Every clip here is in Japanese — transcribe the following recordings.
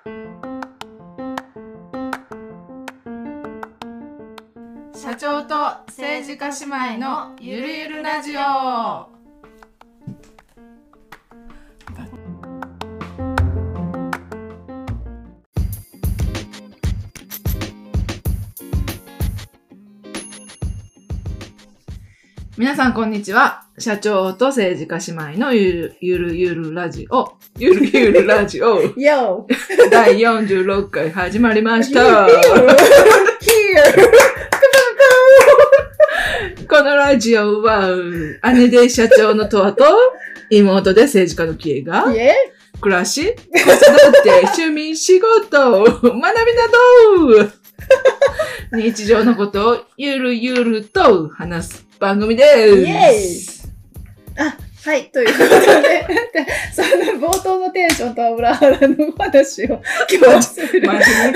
社長と政治家姉妹のゆるゆるラジオ。皆さんこんにちは。社長と政治家姉妹のゆるゆるラジオ。ゆるゆるラジオ。 Yo! 第46回始まりました。このラジオは、姉で社長のとわと、妹で政治家のキエが、暮らし、子育て、趣味、仕事、学びなど、日常のことをゆるゆると話す番組です。 はい、ということで、その冒頭のテンションとは裏腹の話を今日はする。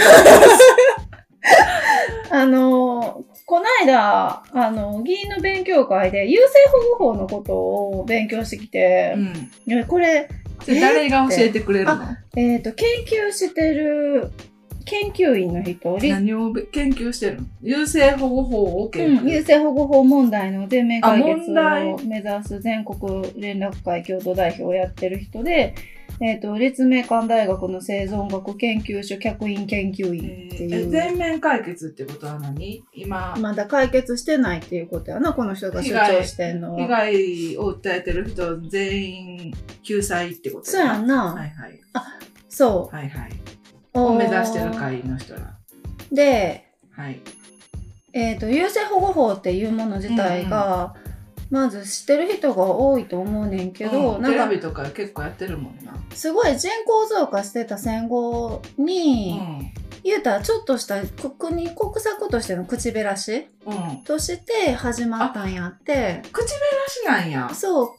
この間、議員の勉強会で優生保護法のことを勉強してきて、これ、 誰が教えてくれるの？ 研究してる研究員の人。 何を研究してるの？優生保護法を研究、 優生保護法問題の全面解決を目指す全国連絡会共同代表をやってる人で、立命館大学の生存学研究所客員研究員っていう。 全面解決ってことは何？今。 まだ解決してないっていうことやな、この人が主張してんのは。 被害を訴えてる人全員救済ってことやな。そうやんな。 はいはい。 そう。 はいはい。を目指してる会の人ら。 で、 はい。 優生保護法っていうもの自体が、まず知ってる人が多いと思うねんけど、 テレビとか結構やってるもんな。 すごい人口増加してた戦後に、言うたらちょっとした国策としての口減らし、として始まったんやって。 口減らしなんや。 そう。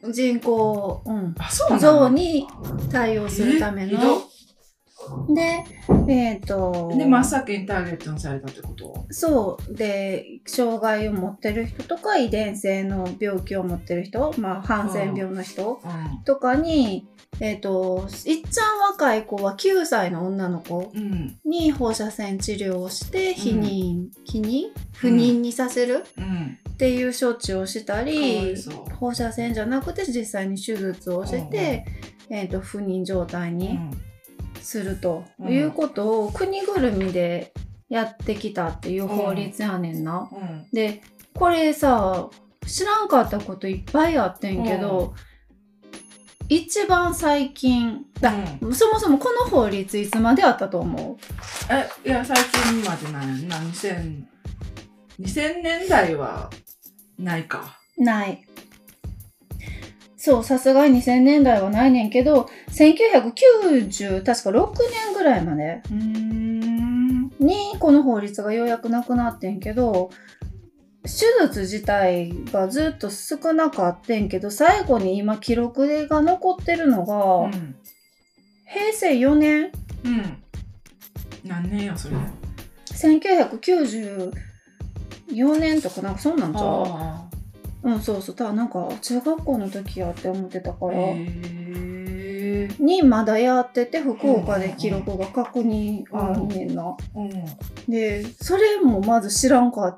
人口、 そう増に対応するための。で、 真っ先にターゲットにされたってこと？そう。 で、障害を持ってる人とか、遺伝性の病気を持ってる人、ハンセン病の人とかに、いっちゃん若い子は9歳の女の子に放射線治療をして、不妊にさせるっていう処置をしたり、放射線じゃなくて実際に手術をして、不妊状態にするということを国ぐるみでやってきたっていう法律やねんな。で、これさ、知らんかったこといっぱいあってんけど、一番最近そもそもこの法律いつまであったと思う？ いや、最近までないな。2000年代はないか。 ない。そう、さすがに2000年代はないねんけど、1990、確か6年ぐらいまでにこの法律がようやくなくなってんけど、手術自体がずっと少なかってんけど、最後に今記録が残ってるのが、平成4年？ 何年よ、それ。 1994年とかなんかそんなんちゃう？そうそう。ただなんか中学校の時やって思ってたから。にまだやってて、福岡で記録が確認あんねんな。で、それもまず知らんかって、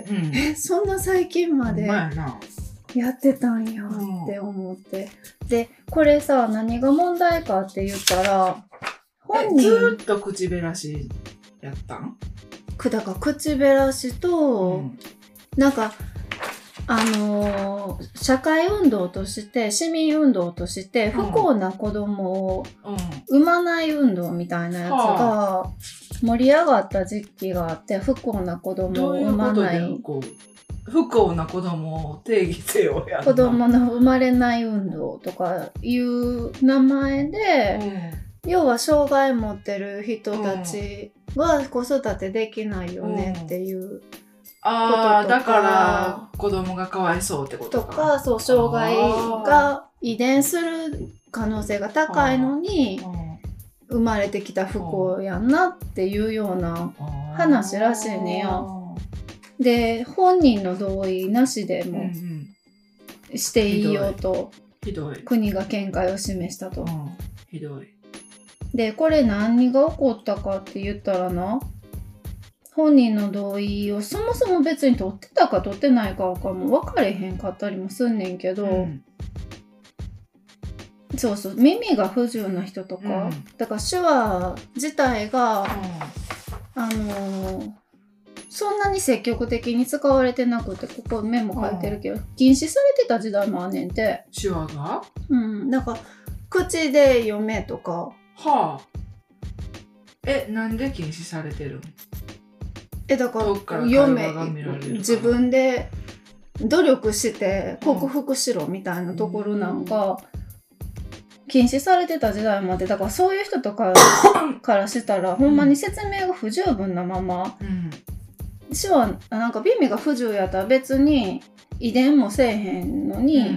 そんな最近までやってたんやって思って。で、これさ、何が問題かって言ったら、 本人ずっと口減らしやったん？ だから口減らしと、なんか、社会運動として、市民運動として、不幸な子供を産まない運動みたいなやつが盛り上がった時期があって、不幸な子供を産まない。 不幸な子供を定義せよやんな。 子供の生まれない運動とかいう名前で、要は障害持ってる人たちは子育てできないよねっていう。 だから子供がかわいそうってことか。 とか、そう、障害が遺伝する可能性が高いのに、生まれてきた不幸やんなっていうような話らしいねや。で、本人の同意なしでもしていいよと、国が見解を示したと。 ひどい。 でこれ何が起こったかって言ったらな、本人の同意をそもそも別に取ってたか取ってないかも分かれへんかったりもすんねんけど、そうそう、耳が不自由な人とか、だから手話自体が、そんなに積極的に使われてなくて、ここメモ書いてるけど、禁止されてた時代もあんねんて。 手話が？ なんか口で読めとか。 はあ。なんで禁止されてるの？だから読め、 自分で努力して克服しろみたいなところなんか、禁止されてた時代まで、だからそういう人とかからしたらほんまに説明が不十分なまま、手話なんか耳が不自由やったら別に遺伝もせえへんのに、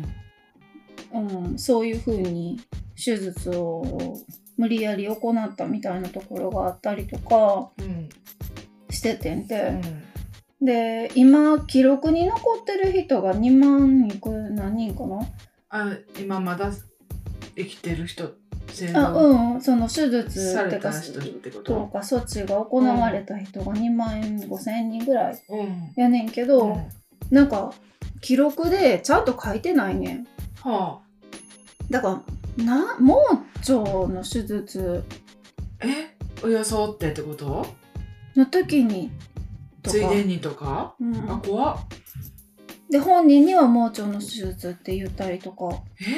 そういう風に手術を無理やり行ったみたいなところがあったりとかしててんて、で今記録に残ってる人が2万いく何人かな。 今まだ生きてる人、 その手術された人ってこととか措置が行われた人が2万5千人ぐらいやねんけど、なんか記録でちゃんと書いてないねん。だから盲腸の手術装ってってことの時にとか、 ついでにとか、怖っ。 で本人には盲腸の手術って言ったりとか。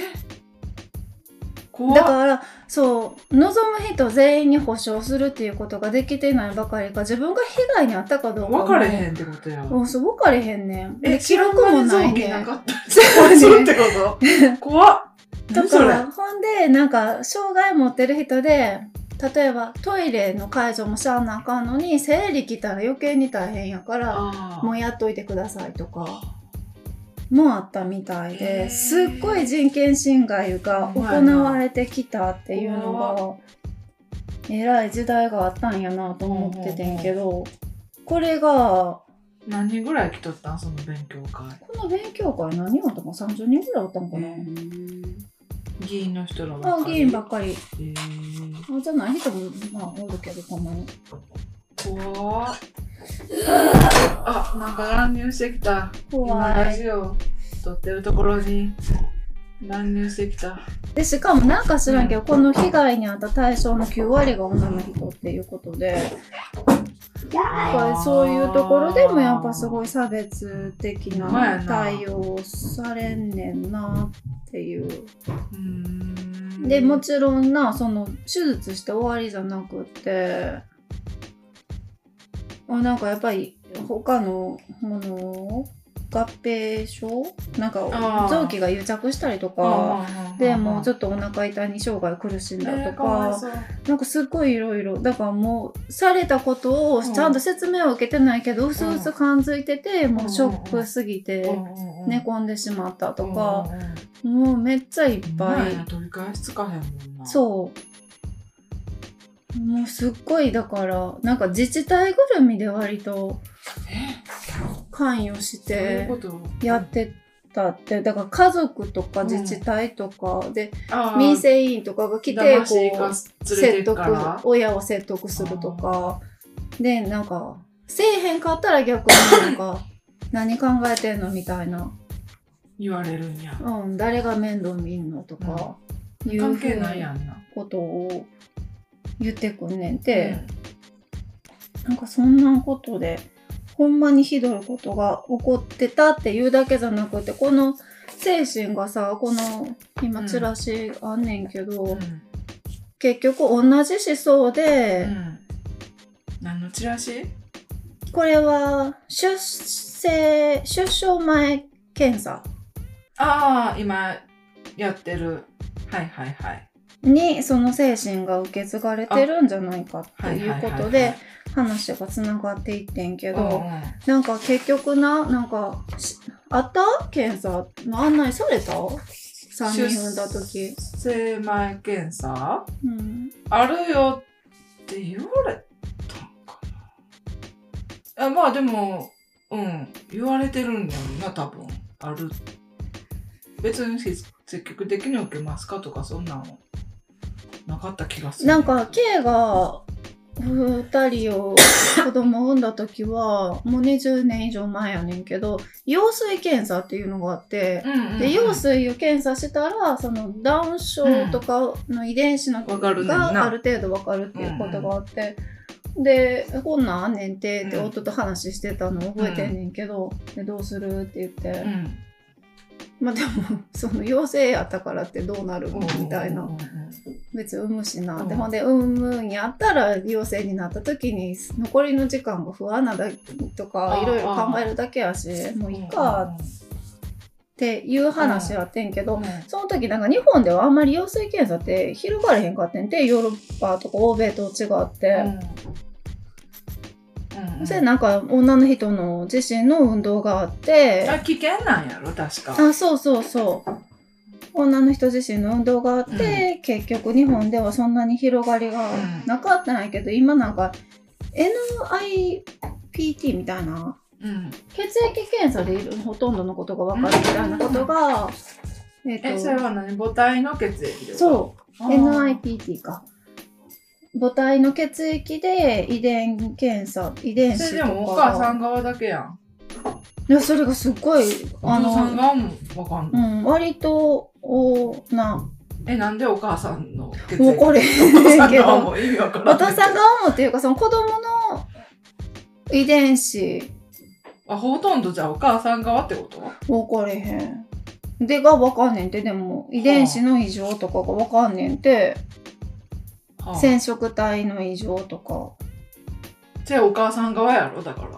だからそう望む人全員に保証するっていうことができてないばかりか、自分が被害に遭ったかどうかも分かれへんってことや。 そう分かれへんねん。記録もないねん。 そうってこと怖っ。 だからほんでなんか障害持ってる人で、例えばトイレの介助もしゃあなあかんのに生理来たら余計に大変やからもうやっといてくださいとかもあったみたいで、すっごい人権侵害が行われてきたっていうのがえらい時代があったんやなと思っててんけど、これが何人ぐらい来とったん、その勉強会。 この勉強会何人おったか30人ぐらいおったんかな。 議員の人らばっかり。議員ばっかり。じゃない人もまあおるけどたまに。 怖っ。なんか乱入してきた。 怖い。 ラジオ撮ってるところに乱入してきた。 でしかもなんか知らんけど、この被害に遭った対象の9割が女の人っていうことで、やっぱりそういうところでもやっぱすごい差別的な対応されんねんなっていう。でもちろんな、その手術して終わりじゃなくってなんかやっぱり他のもの合併症なんか臓器が癒着したりとかでもうちょっとお腹痛に生涯苦しんだとか、なんかすっごいいろいろだからもうされたことをちゃんと説明を受けてないけどうすうす感づいてて、もうショックすぎて寝込んでしまったとか、もうめっちゃいっぱい。 取り返しつかへんもんな。 そうもうすっごいだからなんか自治体ぐるみで割と関与してやってたって、だから家族とか自治体とかで民生委員とかが来てこう説得、親を説得するとかで、なんかせえへんかったら逆になんか何考えてんのみたいな言われるんや。 誰が面倒見んのとかいうふうなことを言ってくんねんて、なんかそんなことでほんまにひどいことが起こってたっていうだけじゃなくて、この精神がさ、この今チラシあんねんけど、結局同じ思想で、 何のチラシ？ これは出生前検査。 今やってる。 にその精神が受け継がれてるんじゃないかっていうことで話がつながっていってんけど、なんか結局なんかあった検査の案内された？3人産んだ時出生前検査、あるよって言われたんかな。まあでも言われてるんやろな、多分ある。別に積極的に受けますかとかそんなのなかった気がする。 なんか K が2人を子供を産んだ時はもう20年以上前やねんけど、羊水検査っていうのがあって、で羊水を検査したらそのダウン症とかの遺伝子のがある程度わかるっていうことがあって、でこんなんあんねんてって夫と話してたのを覚えてんねんけど、でどうするって言って、まあでもその陽性やったからってどうなるのみたいな、別に産むしな、でほんで産むんやったら陽性になった時に残りの時間が不安なだとかいろいろ考えるだけやし、もういいかっていう話やってんけど、その時なんか日本ではあんまり陽性検査って広がれへんかってんて、ヨーロッパとか欧米と違って。それなんか女の人の自身の運動があって、 危険なんやろ確か。 そうそうそう、女の人自身の運動があって、結局日本ではそんなに広がりがなかったんやけど、今なんか NIPT みたいな、血液検査でほとんどのことが分かるみたいなことが、 それは何？母体の血液で？ そう、NIPT か。母体の血液で遺伝検査、遺伝子とか。それでもお母さん側だけやん。 いや、それがすっごい、 お父さん側もわかんない。 割と、 なんでお母さんの血液？ もうこれ、お父さん側も意味わからない。お父さん側もっていうか、その子供の遺伝子。 ほとんどじゃあお母さん側ってこと？ わかれへん。でがわかんねんて、でも遺伝子の異常とかがわかんねんて。染色体の異常とか。 じゃあお母さん側やろだから。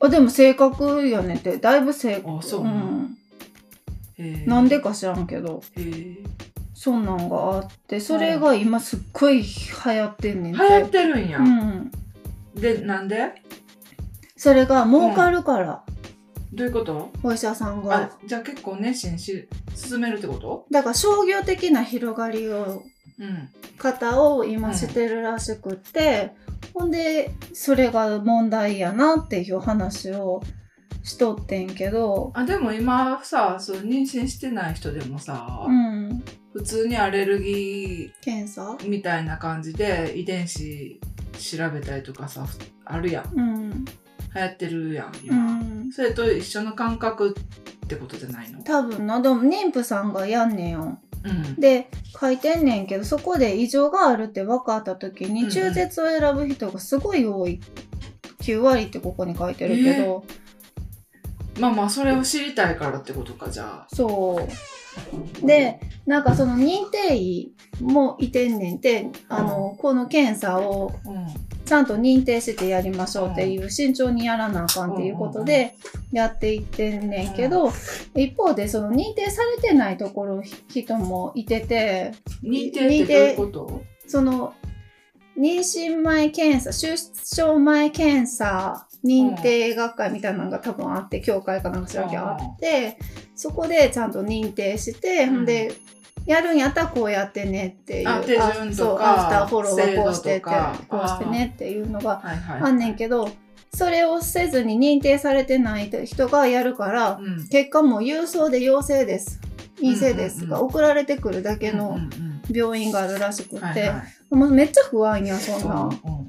でも正確やねんて、だいぶ正確。 そうなんでか知らんけど。そんなんがあって、それが今すっごい流行ってんねんて。 流行ってるんや。で、なんで？ それが儲かるから。 どういうこと？ お医者さんが。 じゃあ結構熱心し進めるってこと？ だから商業的な広がりを、方を今してるらしくって、ほんでそれが問題やなっていう話をしとってんけど。 でも今さ、妊娠してない人でもさ、普通にアレルギー検査みたいな感じで遺伝子調べたりとかさ、あるやん。流行ってるやん今、それと一緒の感覚ってことじゃないの？ 多分な。でも妊婦さんがやんねんよ。で書いてんねんけど、そこで異常があるって分かった時に中絶を選ぶ人がすごい多い。9割ってここに書いてるけど、 まあそれを知りたいからってことか。じゃあそうで、なんかその認定医もいてんねんて、この検査をちゃんと認定してやりましょうっていう、慎重にやらなあかんっていうことでやっていってんねんけど、一方でその認定されてないところ人もいてて、 認定ってどういうこと？ その妊娠前検査、出生前検査認定学会みたいなのが多分あって、協会かなんかしらあって、そこでちゃんと認定して、でやるんやったらこうやってねっていう、 手順とかアフターフォローがこうしてって、こうしてねっていうのがあんねんけど、それをせずに認定されてない人がやるから、結果も郵送で陽性です、陰性ですが送られてくるだけの病院があるらしくって、もうめっちゃ不安や、そんな。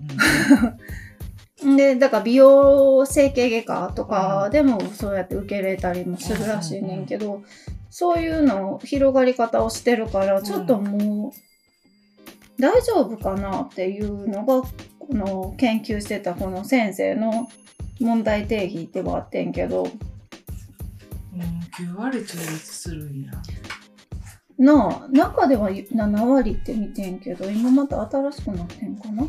でだから美容整形外科とかでもそうやって受け入れたりもするらしいねんけど、そういうの広がり方をしてるから、ちょっともう大丈夫かなっていうのが、この研究してたこの先生の問題定義ではあってんけど、 9割中絶するんや中では7割って見てんけど、今また新しくなってんかな。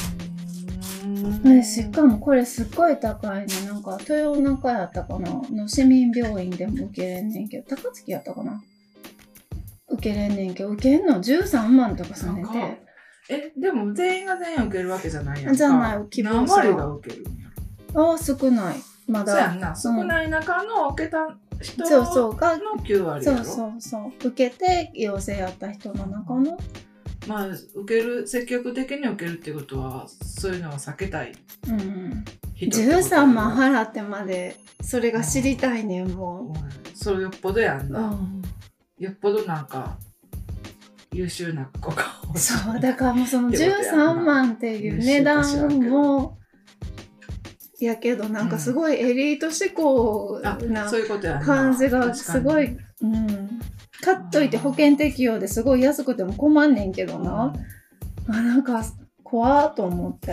しかもこれすっごい高いね。なんか豊中やったかなの市民病院でも受けれんねんけど、高槻やったかな受けれんねんけど、受けんの13万とかさねて。でも全員が全員受けるわけじゃないやんか。 じゃない、 何割が受けるんや？ 少ない。まだ。 そうやんな。少ない中の受けた人の9割やろ。 そう。受けて陽性やった人の中の。 積極的に受けるってことは、そういうのは避けたい人。 13万払ってまでそれが知りたいねん、もう。 それよっぽどやんな。よっぽどなんか優秀な子が欲しい。 そう、だからもうその13万っていう値段も、やけどなんかすごいエリート志向な感じがすごい、買っといて保険適用ですごい安くても困んねんけどな。なんか怖っと思って。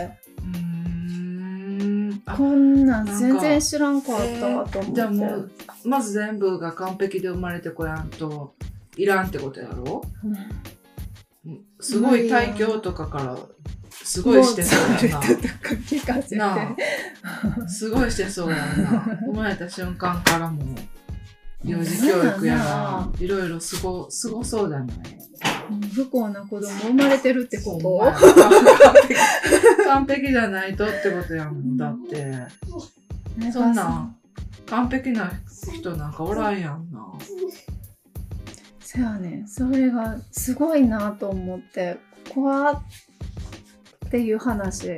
こんなん全然知らんかったと思って。 じゃあもうまず全部が完璧で生まれてこやんといらんってことやろ、すごい胎教とかからすごいしてそうやな。すごいしてそうやな。生まれた瞬間からも幼児教育やらいろいろすごそうじゃない。 不幸な子供生まれてるってこと？ 完璧じゃないとってことやもん。だってそんな完璧な人なんかおらんやんな。 そやね、それがすごいなと思って、怖っていう話。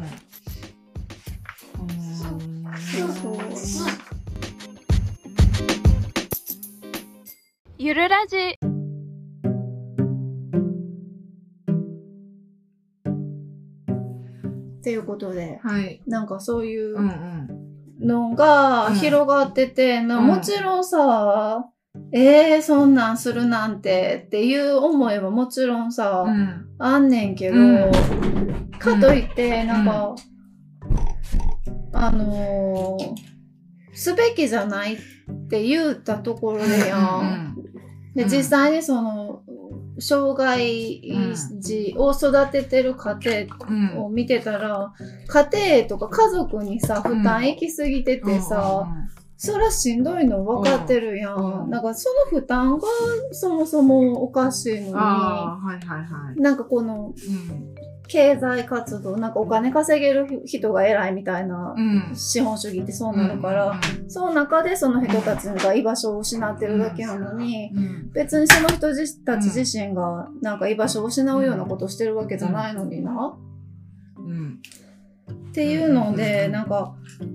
ゆるラジ。 っていうことで、 はい、 なんかそういうのが広がってて、もちろんさ、そんなんするなんてっていう思いはもちろんさ、あんねんけど、かといってなんか、すべきじゃないって言ったところでやん。で、実際にその障害児を育ててる家庭を見てたら、家庭とか家族にさ、負担行き過ぎててさ、そりゃしんどいの分かってるやん。なんかその負担がそもそもおかしいのに、なんかこの、経済活動、なんかお金稼げる人が偉いみたいな資本主義ってそうなるから、その中でその人たちが居場所を失ってるだけなのに、別にその人たち自身がなんか居場所を失うようなことをしてるわけじゃないのにな。っていうので、なんか、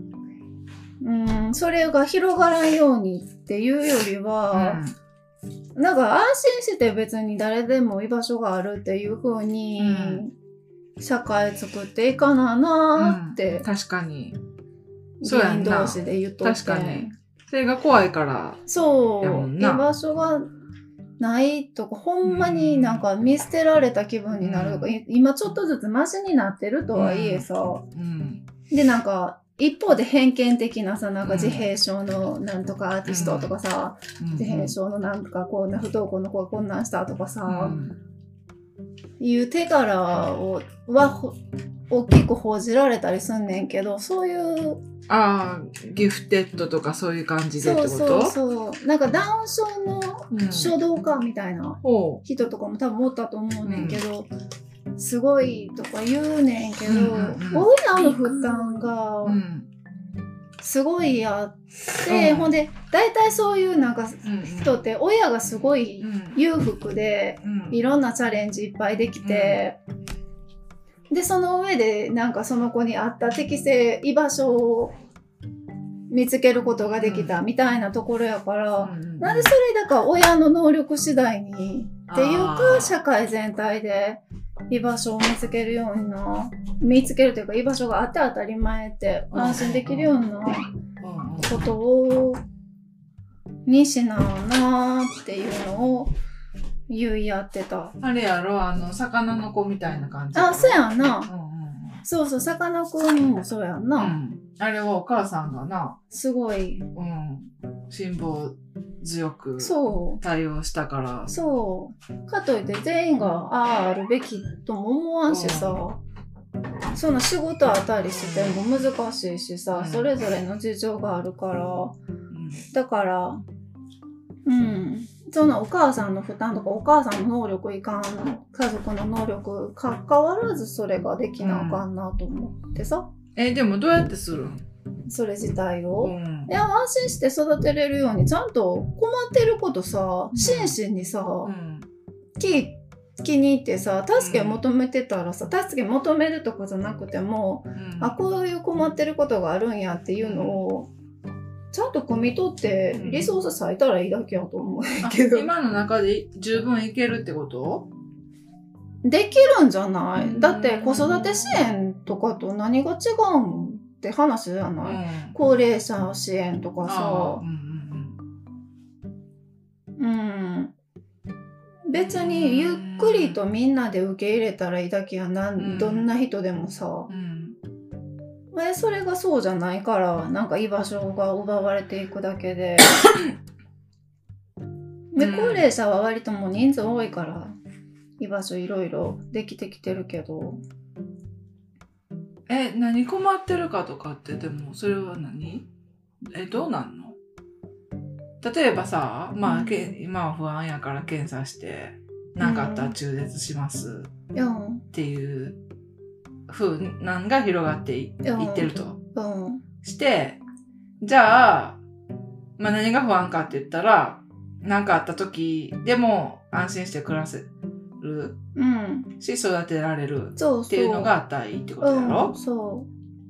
それが広がらんようにっていうよりは、なんか安心して別に誰でも居場所があるっていう風に、社会作っていかななって、 確かに。 そうやんな。同士で言っとって。 確かに。それが怖いから。 そう。居場所がないとか、ほんまになんか見捨てられた気分になるとか、今ちょっとずつマシになってるとはいえさ、でなんか、一方で偏見的なさ、なんか自閉症のなんとかアーティストとかさ、自閉症のなんとかこんな不登校の子がこんなんしたとかさ、いう手柄は大きく報じられたりすんねんけど、そういうギフテッドとかそういう感じでってこと？ そうなんかダウン症の書道家みたいな人とかも多分おったと思うねんけど、すごいとか言うねんけど、親の負担がすごいあって、ほんで大体そういうなんか人って親がすごい裕福で、いろんなチャレンジいっぱいできて、でその上でなんかその子に合った適正居場所を見つけることができたみたいなところやから、なんでそれだから親の能力次第にっていうか、社会全体で居場所を見つけるようにな、見つけるというか居場所があって当たり前って安心できるようなことをにしななっていうのを言い合ってた。 あれやろ、魚の子みたいな感じ。 そうやんな。そうそう、さかなクンもそうやんな。 あれはお母さんがな、 すごい、 辛抱強く対応したから。 そう。かといって全員があるべきとも思わんしさ、その仕事あたりしても難しいしさ、それぞれの事情があるから、だから、そのお母さんの負担とかお母さんの能力いかん、家族の能力かかわらずそれができなあかんなと思ってさ。 でもどうやってするん？ それ自体を、いや安心して育てれるようにちゃんと困ってることさ、心身にさ、気に入ってさ、助け求めてたらさ、助け求めるとかじゃなくても、こういう困ってることがあるんやっていうのをちゃんと汲み取ってリソース割いたらいいだけやと思うけど。 今の中で十分いけるってこと？ できるんじゃない？だって子育て支援とかと何が違うんって話じゃない？高齢者支援とかさ。別にゆっくりとみんなで受け入れたらいいだけやな、どんな人でもさ。それがそうじゃないから、なんか居場所が奪われていくだけで。で、高齢者は割ともう人数多いから、居場所いろいろできてきてるけど。 何困ってるかとかって、でもそれは何？どうなんの？例えばさ、まあ、今は不安やから検査して、なかったら中絶しますっていう風なんが広がっていってると。して、じゃあ、まあ何が不安かって言ったら、なんかあった時でも安心して暮らせる、し、育てられるっていうのがあったらいいってことやろ？そう。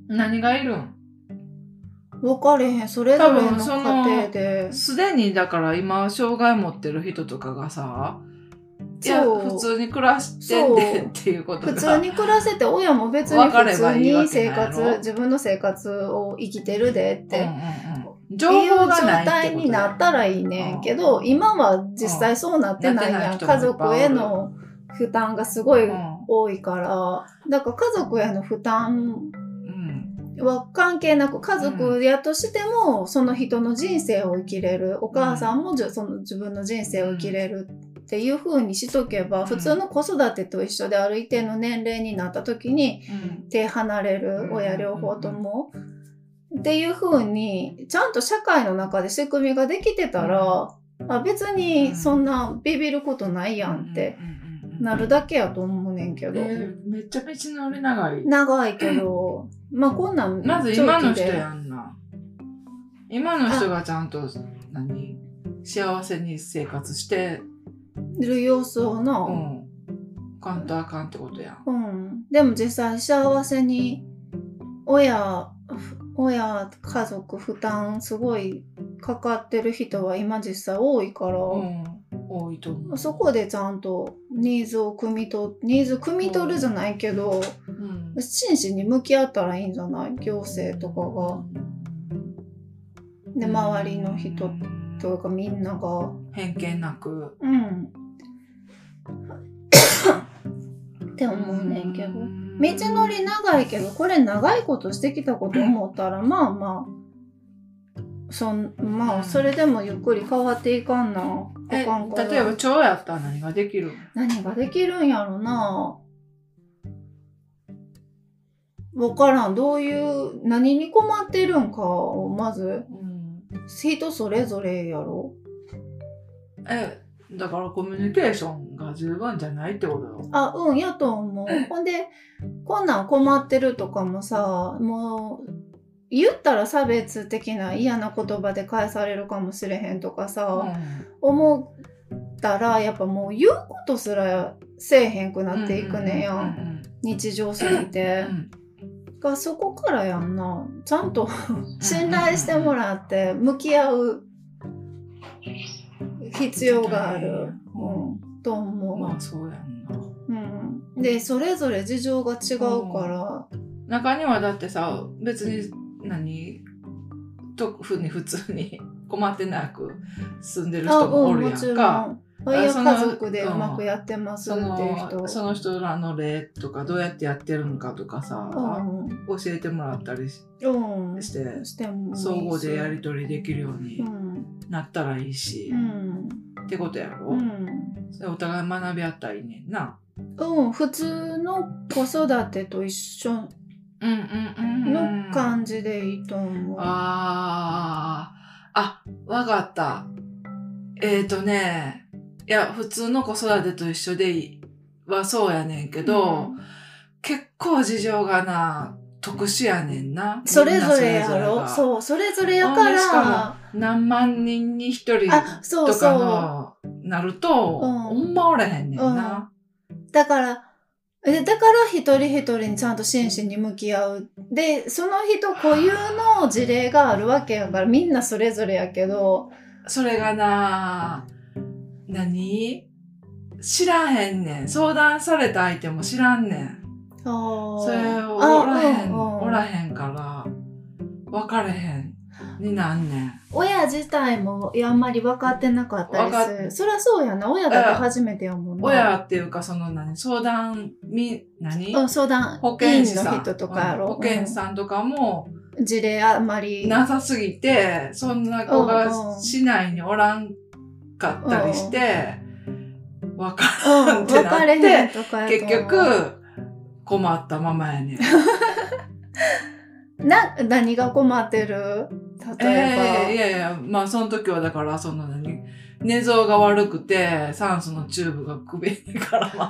何がいるん？ 分かれへん。それぞれの家庭で。 すでにだから今障害持ってる人とかがさ、いや普通に暮らしてんでっていうことが普通に暮らせて、親も別に普通に自分の生活を生きてるでって、情報がない状態になったらいいねんけど、今は実際そうなってないやん。家族への負担がすごい多いから、だから家族への負担は関係なく、家族やとしてもその人の人生を生きれる、お母さんもその自分の人生を生きれるっていう風にしとけば、普通の子育てと一緒で、ある一定の年齢になった時に手離れる、親両方ともっていう風にちゃんと社会の中で仕組みができてたら、別にそんなビビることないやんってなるだけやと思うねんけど。 めっちゃ道のり長い。 長いけど、まあこんなんまず今の人やんな。今の人がちゃんと幸せに生活してる様子をな。 かんとあかんってことやん。でも実際幸せに親、家族負担すごいかかってる人は今実際多いから、 多いと思う。 そこでちゃんとニーズ汲み取るじゃないけど、真摯に向き合ったらいいんじゃない？行政とかが。で、周りの人というかみんなが。 偏見なく。 って思うねんけど。道のり長いけど、これ長いことしてきたこと思ったら、まあそれでもゆっくり変わっていかんな。 例えば腸やったら何ができる？ 何ができるんやろな。わからん。どういう何に困ってるんかをまず、人それぞれやろ。 だからコミュニケーションが十分じゃないってことよ。 やと思う。ほんで、こんなん困ってるとかもさ、もう、言ったら差別的な嫌な言葉で返されるかもしれへんとかさ、思ったら、やっぱもう言うことすらせえへんくなっていくねやん。日常すぎて。そこからやんな。ちゃんと信頼してもらって向き合う必要がある、と思う。 まあそうやんな。で、それぞれ事情が違うから。 中にはだってさ、別に普通に困ってなく住んでる人もおるやんか。 家族でうまくやってますっていう人。 その人らの例とかどうやってやってるのかとかさ、教えてもらったりして、相互でやり取りできるようになったらいいし、ってことやろ？お互い学び合ったらいいねんな。 普通の子育てと一緒の感じでいいと思う。 わかった。いや、普通の子育てと一緒ではそうやねんけど、結構事情が特殊やねんな。 それぞれやろ？そう、それぞれやから。 しかも、何万人に一人とかのなると、ほんまおれへんねんな。 だから、 だから一人一人にちゃんと真摯に向き合う。で、その人固有の事例があるわけやから、みんなそれぞれやけど。 それがな、知らへんねん。相談された相手も知らんねん。それおらへんから、分かれへんになんねん。 親自体もあんまり分かってなかったりする。そりゃそうやな。親だって初めてやもんな。 親っていうか、相談、 相談保健師さんの人とかやろ。 保健師さんとかも、 事例あんまりなさすぎて、そんな子が市内におらんかったりして、分からんってなって、結局、困ったままやねん。 何が困ってる？例えば。まあその時はだから、寝相が悪くて、酸素のチューブが首に絡まったの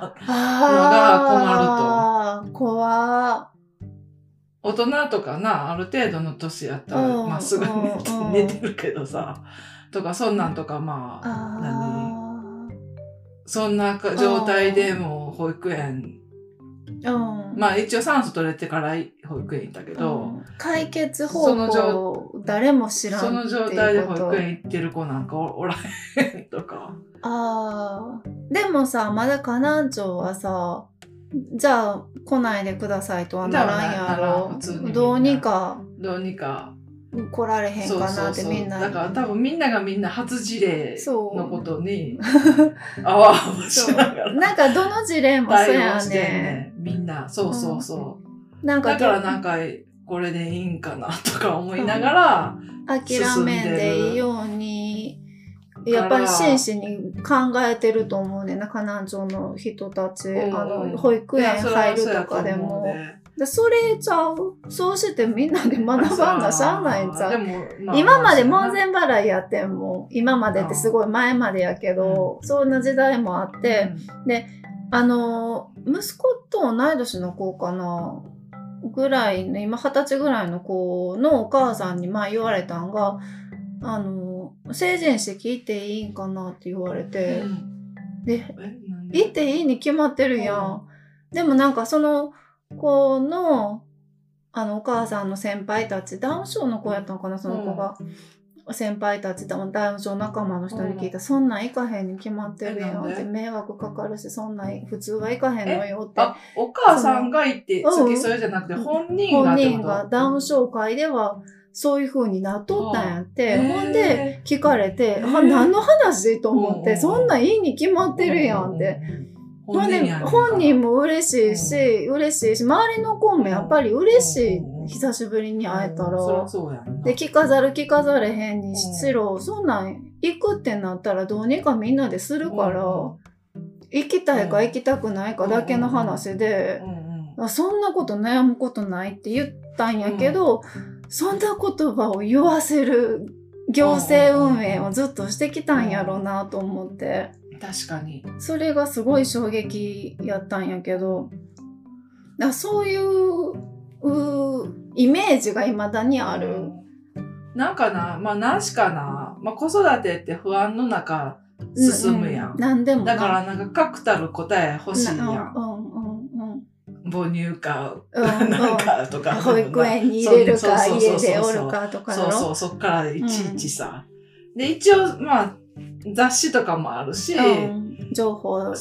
が困ると。 怖大人とかな、ある程度の年やったら、まあすぐ寝てるけどさ、とか、そんなんとか、まあ、そんな状態でも保育園、まあ一応酸素取れてから保育園行ったけど、 解決方法誰も知らんっていうこと。 その状態で保育園行ってる子なんかおらへんとか。 でもさ、まだ河南町はさ、じゃあ来ないでくださいとはならんやろ。どうにか来られへんかなってみんな。 だから多分みんながみんな初事例のことにあわあわしながら。 なんかどの事例もそうやね。 みんな、そう。だからなんかこれでいいんかなとか思いながら諦めんでいいように、やっぱり真摯に考えてると思うねんな、河南町の人たち。保育園入るとかでも。それちゃう。そうしてみんなで学ばんなしゃあないんちゃう。今まで門前払いやってんもん。今までってすごい前までやけど、そんな時代もあって、で、息子と同い年の子かなぐらいの、今20歳ぐらいの子のお母さんに言われたんが、成人式行っていいんかなって言われて、で、行っていいに決まってるやん。でもなんかその子の、お母さんの先輩たち、ダウン症の子やったのかな、その子が。先輩たち、ダウン症仲間の人に聞いた、そんなん行かへんに決まってるやんって、迷惑かかるし、そんなん普通は行かへんのよって。 お母さんが行って、それじゃなくて本人がダウン症会では、そういう風になっとったんやって。ほんで、聞かれて、何の話と思って、そんなんいいに決まってるやんって。ほんで、本人も嬉しいし、周りの子もやっぱり嬉しい。久しぶりに会えたら。で、聞かざれへんにしろ、そんなん行くってなったらどうにかみんなでするから、行きたいか行きたくないかだけの話で、そんなこと悩むことないって言ったんやけど、そんな言葉を言わせる行政運営をずっとしてきたんやろうなと思って。 確かに。 それがすごい衝撃やったんやけど、そういうイメージが未だにある。 なんかな、何しかな、子育てって不安の中進むやん。 なんでもだからなんか確たる答え欲しいやん。母乳か、なんかとか。 保育園に入れるか、家でおるかとかそう、そっからいちいちさ。で、一応、雑誌とかもあるし、 情報ある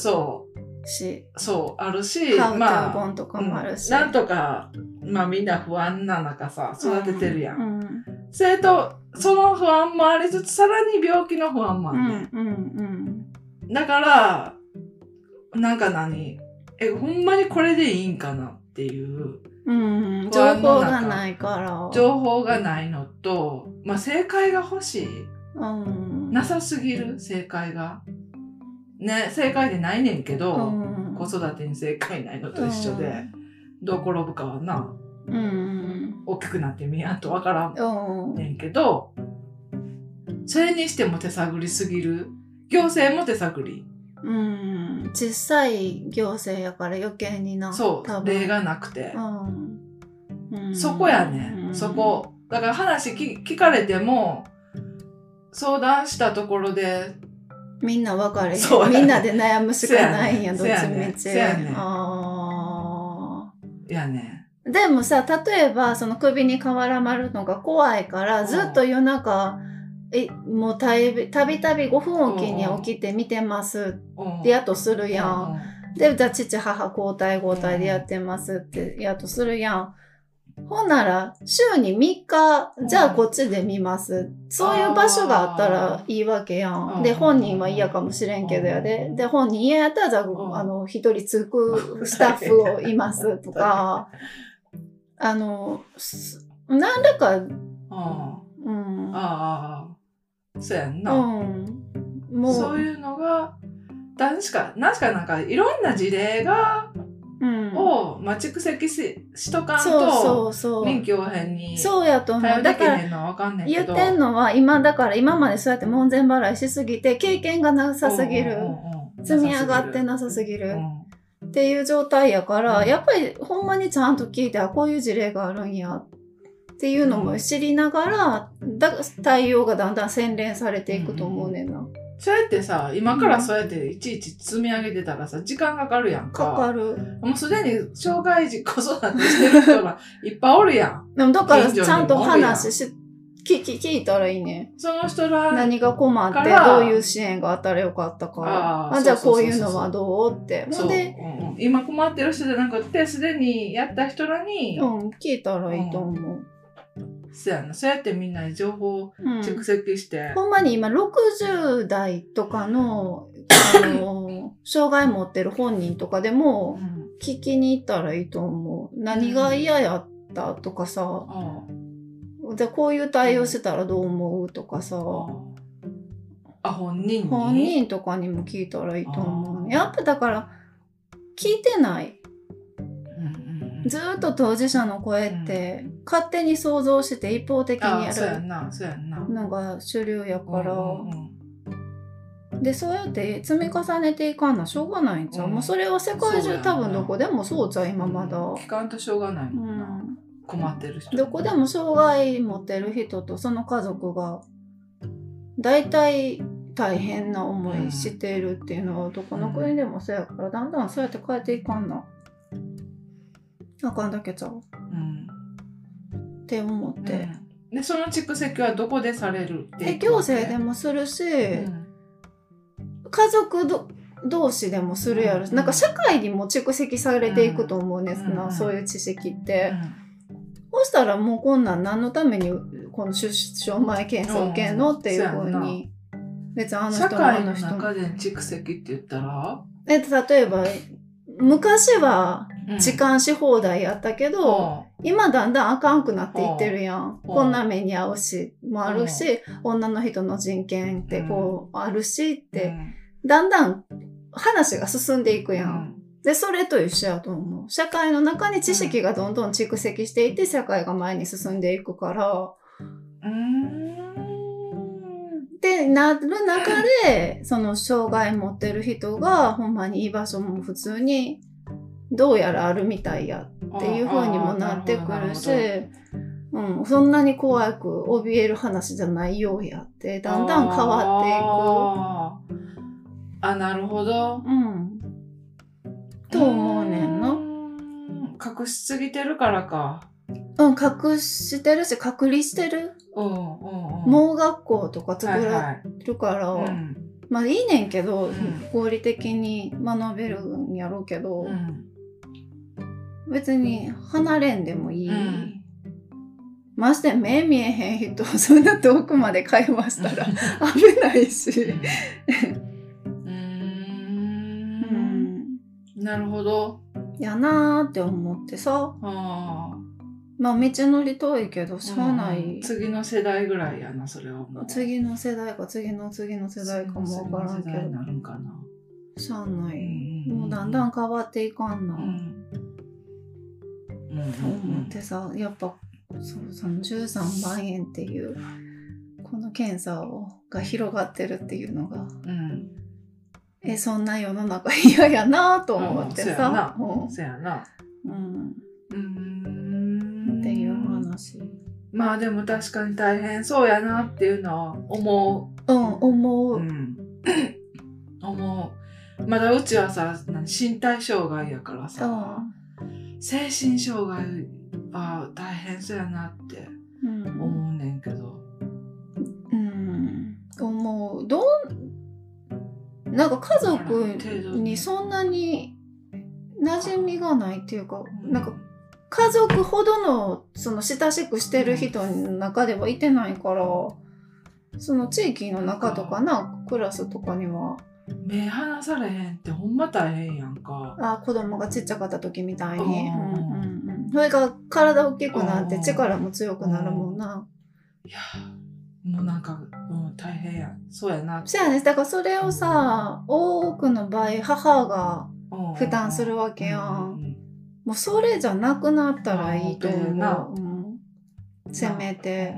し、 本とかもあるし。 なんとか、みんな不安な中さ、育ててるやん。それと、その不安もありつつ、さらに病気の不安もあるね。だから、なんかほんまにこれでいいんかなっていう。 情報がないから。 情報がないのと、正解が欲しい。なさすぎる正解が。ね、正解でないねんけど、子育てに正解ないのと一緒で、どう転ぶかはな、大きくなってみやんとわからんねんけど、それにしても手探りすぎる。行政も手探り。 小さい行政やから余計にな。 そう、例がなくて。そこやね、そこ。だから話聞かれても、相談したところで、 みんな分かれへん。みんなで悩むしかないんや、どっちみち。 やね。 でもさ、例えば、その首に瓦丸るのが怖いから、ずっと夜中、もうたびたび5分おきに起きて見てますってやっとするやん。で、じゃあ父母交代でやってますってやっとするやん。ほんなら、週に3日、じゃあこっちで見ます。そういう場所があったらいいわけやん。で、本人は嫌かもしれんけどやで。で、本人嫌やったら、じゃあ、一人つくスタッフをいますとか、何らか、 そうやんな。もうそういうのが、確かなんかいろんな事例が、を、蓄積しとかんと、臨機応変に。 そうやと思う。だから、言ってんのは、今までそうやって門前払いしすぎて、経験がなさすぎる。積み上がってなさすぎる。っていう状態やから、やっぱりほんまにちゃんと聞いて、こういう事例があるんやっていうのも知りながら、対応がだんだん洗練されていくと思うねんな。 そうやってさ、今からそうやっていちいち積み上げてたらさ、時間かかるやんか。 かかる。 もうすでに障害児子育てしてる人がいっぱいおるやん。 でもだからちゃんと聞いたらいいね。 その人ら何が困ってどういう支援があったらよかったか。じゃあこういうのはどうって。 今困ってる人じゃなくて、すでにやった人らに。 聞いたらいいと思う。 そうやな。そうやってみんなに情報を蓄積して。 ほんまに今60代とかの、障害持ってる本人とかでも、聞きに行ったらいいと思う。何が嫌やったとかさ、じゃあこういう対応してたらどう思うとかさ、 本人とかにも聞いたらいいと思う。やっぱだから、聞いてない。ずっと当事者の声って勝手に想像して一方的にやるのが主流やから、でそうやって積み重ねていかんなしょうがないんちゃう、もうそれは世界中多分どこでもそうじゃ今まだ聞かんとしょうがないもんな、困ってる人どこでも障害持ってる人とその家族が大体大変な思いしているっていうのはどこの国でもそうやから、だんだんそうやって変えていかんなあかんだけちゃう、って思って、 でその蓄積はどこでされるって行政でもするし、家族同士でもするやろ、なんか社会にも蓄積されていくと思うんですな、そういう知識って、そしたらもうこんなん何のためにこの出生前検査を受けんのっていうふうに、別に社会の中で蓄積って言ったら例えば昔は痴漢し放題やったけど、今だんだんあかんくなっていってるやん。こんな目に遭うしもあるし、女の人の人権ってこうあるしって、だんだん話が進んでいくやん。で、それと一緒やと思う。社会の中に知識がどんどん蓄積していって、社会が前に進んでいくから、ってなる中で、その障害持ってる人がほんまに居場所も普通にどうやらあるみたいやっていう風にもなってくるし、そんなに怖く怯える話じゃないようやってだんだん変わっていく。 なるほど。 と思うねんな。 隠しすぎてるからか。 隠してるし隔離してる。盲学校とか作られるから、まあいいねんけど、合理的に学べるんやろうけど、別に離れんでもいい。まして目見えへん人そんな遠くまで会話したら危ないし。 なるほど。 やなーって思ってさ。まあ道のり遠いけどしゃあない、 次の世代ぐらいやなそれはもう。 次の世代か次の世代かもわからんけど。 なるんかな。 しゃあない。もうだんだん変わっていかんな。思ってさ、やっぱその13万円っていうこの検査が広がってるっていうのが、そんな世の中嫌やなと思ってさ。 そうやな。 っていう話。 まあでも確かに大変そうやなっていうのは思う。 思う。 思う。まだうちはさ、身体障害やからさ、 精神障害は大変そうやなって思うねんけど。 思う。なんか家族にそんなに馴染みがないっていうか、なんか家族ほどのその親しくしてる人の中ではいてないから、その地域の中とかな、クラスとかには目離されへんってほんま大変やんか。 子供がちっちゃかった時みたいに。それが体大きくなって力も強くなるもんな。 いやもうなんか、大変や。そうやな。 そうやね。だからそれをさ、多くの場合母が負担するわけやん。もうそれじゃなくなったらいいと思う。せめて。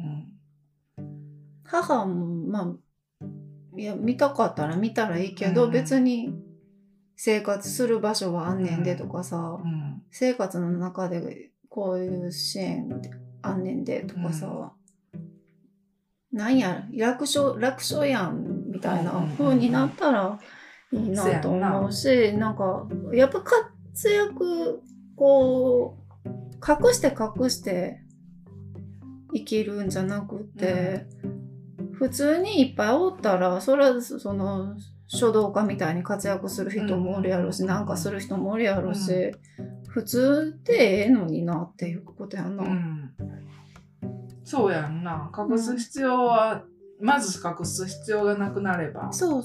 母もいや見たかったら見たらいいけど、別に生活する場所はあんねんでとかさ、生活の中でこういう支援あんねんでとかさ、なんや楽勝やんみたいな風になったらいいなと思うし、なんかやっぱ活躍こう隠して生きるんじゃなくて、普通にいっぱいおったらそれはその書道家みたいに活躍する人もおるやろし、なんかする人もおるやろし、普通でええのになっていうことやな。 そうやんな。隠す必要は、まず隠す必要がなくなれば。 そう。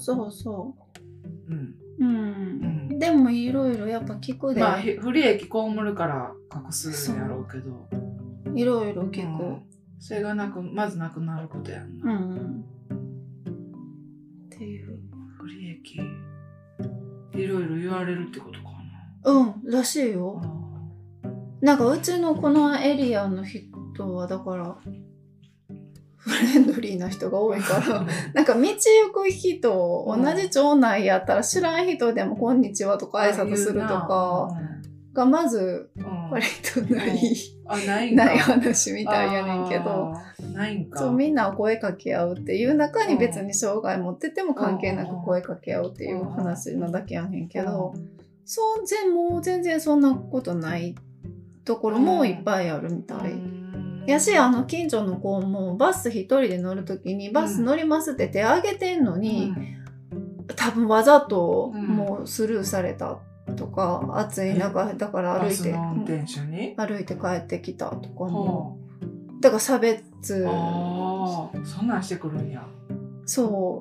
でもいろいろやっぱ聞くで。 不利益被るから隠すんやろうけど。 いろいろ聞く。 それがまずなくなることやんな。 っていう。 不利益。いろいろ言われるってことかな。らしいよ。なんかうちのこのエリアの人はだからフレンドリーな人が多いからなんか道行く人、同じ町内やったら知らん人でもこんにちはとか挨拶するとかがまず割とない話みたいやねんけど、そうみんな声かけ合うっていう中に別に障害持ってても関係なく声かけ合うっていう話なだけやねんけど、もう全然そんなことないところもいっぱいあるみたい。やし、近所の子もバス一人で乗るときにバス乗りますって手挙げてんのに、多分わざともうスルーされたとか、暑い中だから歩いて帰ってきたとかも。だから差別。 そんなんしてくるんや。 そう。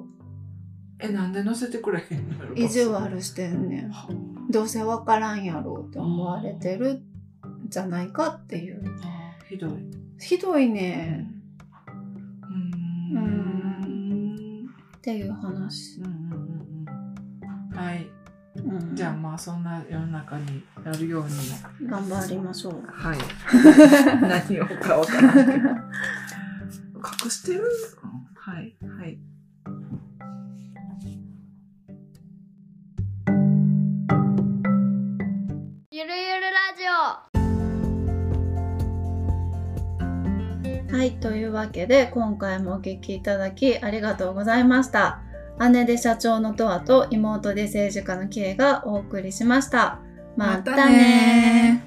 なんで乗せてくれへんの？ 意地悪してんねん。どうせわからんやろって思われてるんじゃないかっていう。ひどいね。っていう話。 はい。じゃあそんな世の中になるように頑張りましょう。 はい。何をかわからないけど。隠してる？はい。 ゆるゆるラジオ。はい、というわけで今回もお聞きいただきありがとうございました。姉で社長のとわと妹で政治家のキエがお送りしました。またねー。